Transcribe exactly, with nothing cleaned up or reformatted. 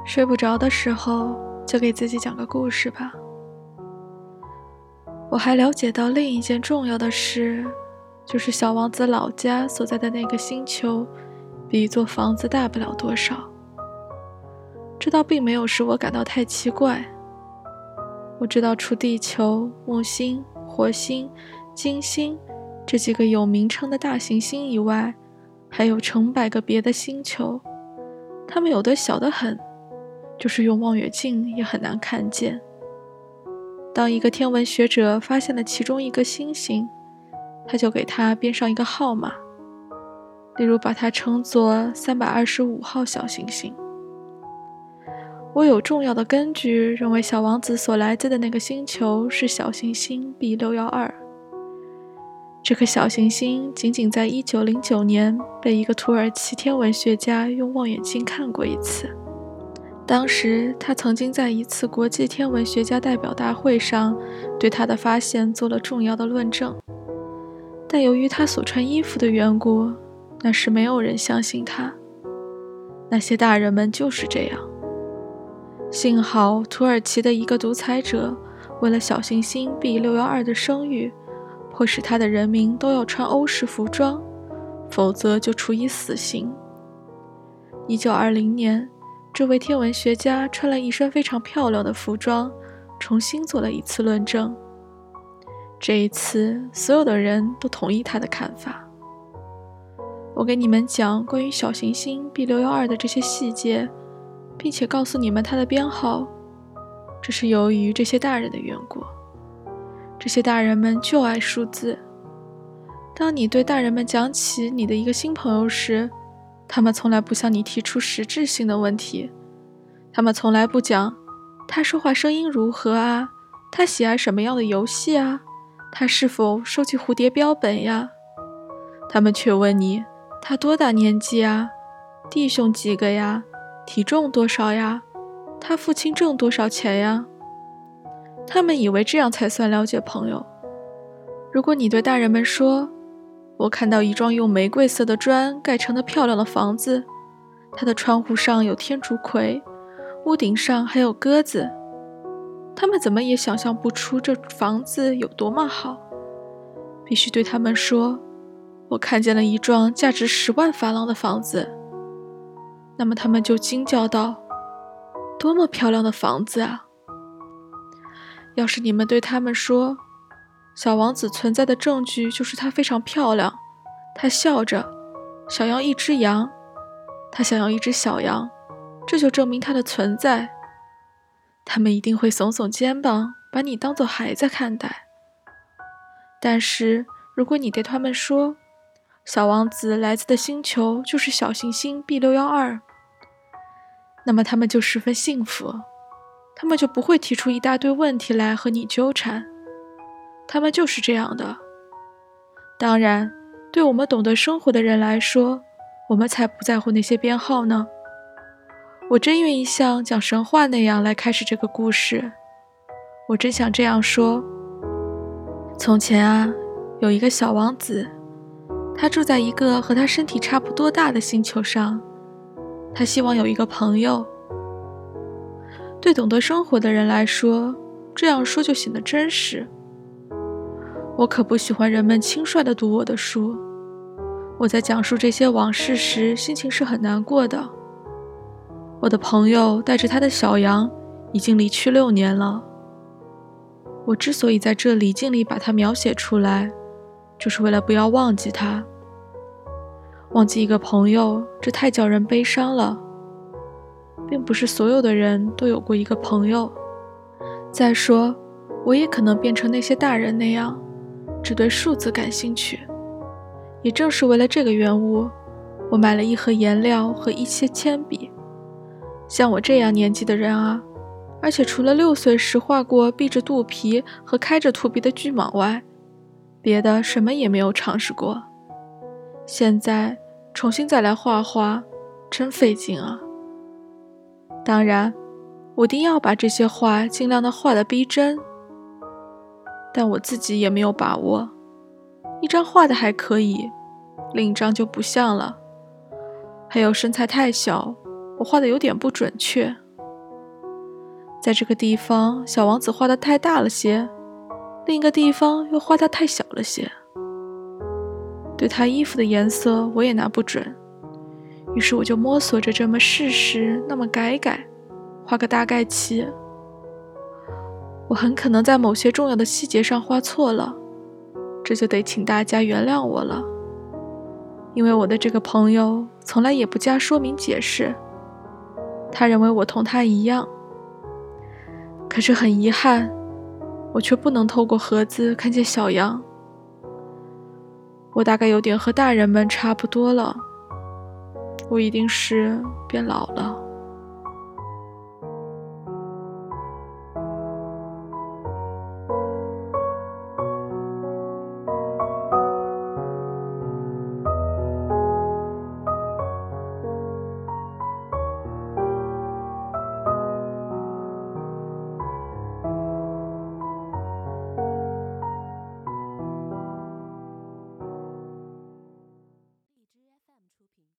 睡不着的时候，就给自己讲个故事吧。我还了解到另一件重要的事，就是小王子老家所在的那个星球，比一座房子大不了多少。这倒并没有使我感到太奇怪。我知道除地球、木星、火星、金星这几个有名称的大行星以外，还有成百个别的星球，它们有的小得很，就是用望远镜也很难看见。当一个天文学者发现了其中一个星星，他就给它编上一个号码，例如把它称作三百二十五号小行星。我有重要的根据认为小王子所来自的那个星球是小行星 B 六一二。这颗小行星仅仅在一九零九年被一个土耳其天文学家用望远镜看过一次。当时他曾经在一次国际天文学家代表大会上对他的发现做了重要的论证，但由于他所穿衣服的缘故，那时没有人相信他。那些大人们就是这样。幸好土耳其的一个独裁者为了小行星 B 六一二 的声誉，迫使他的人民都要穿欧式服装，否则就处以死刑。一九二零年，这位天文学家穿了一身非常漂亮的服装，重新做了一次论证。这一次，所有的人都同意他的看法。我给你们讲关于小行星 B 六一二 的这些细节，并且告诉你们它的编号，这是由于这些大人的缘故。这些大人们就爱数字。当你对大人们讲起你的一个新朋友时，他们从来不向你提出实质性的问题。他们从来不讲他说话声音如何啊，他喜爱什么样的游戏啊，他是否收集蝴蝶标本呀。他们却问你他多大年纪啊，弟兄几个呀，体重多少呀，他父亲挣多少钱呀。他们以为这样才算了解朋友。如果你对大人们说，我看到一幢用玫瑰色的砖盖成的漂亮的房子，它的窗户上有天竺葵，屋顶上还有鸽子，他们怎么也想象不出这房子有多么好。必须对他们说，我看见了一幢价值十万法郎的房子，那么他们就惊叫道，多么漂亮的房子啊！要是你们对他们说，小王子存在的证据就是她非常漂亮，她笑着，想要一只羊，她想要一只小羊，这就证明她的存在。他们一定会耸耸肩膀，把你当作孩子看待。但是如果你对他们说，小王子来自的星球就是小行星 B 六一二，那么他们就十分幸福，他们就不会提出一大堆问题来和你纠缠。他们就是这样的。当然，对我们懂得生活的人来说，我们才不在乎那些编号呢。我真愿意像讲神话那样来开始这个故事。我真想这样说。从前啊，有一个小王子，他住在一个和他身体差不多大的星球上。他希望有一个朋友。对懂得生活的人来说，这样说就显得真实。我可不喜欢人们轻率地读我的书。我在讲述这些往事时，心情是很难过的。我的朋友带着他的小羊已经离去六年了。我之所以在这里尽力把它描写出来，就是为了不要忘记他。忘记一个朋友，这太叫人悲伤了。并不是所有的人都有过一个朋友。再说，我也可能变成那些大人那样，只对数字感兴趣。也正是为了这个缘故，我买了一盒颜料和一些铅笔。像我这样年纪的人啊，而且除了六岁时画过闭着肚皮和开着肚皮的巨蟒外，别的什么也没有尝试过。现在重新再来画画，真费劲啊。当然，我一定要把这些画尽量的画得逼真，但我自己也没有把握。一张画的还可以，另一张就不像了。还有身材太小，我画的有点不准确。 在这个地方，小王子画得太大了些，另一个地方又画得太小了些。对他衣服的颜色我也拿不准，于是我就摸索着这么试试，那么改改，画个大概齐。我很可能在某些重要的细节上画错了，这就得请大家原谅我了，因为我的这个朋友从来也不加说明解释，他认为我同他一样。可是很遗憾，我却不能透过盒子看见小羊。我大概有点和大人们差不多了，我一定是变老了。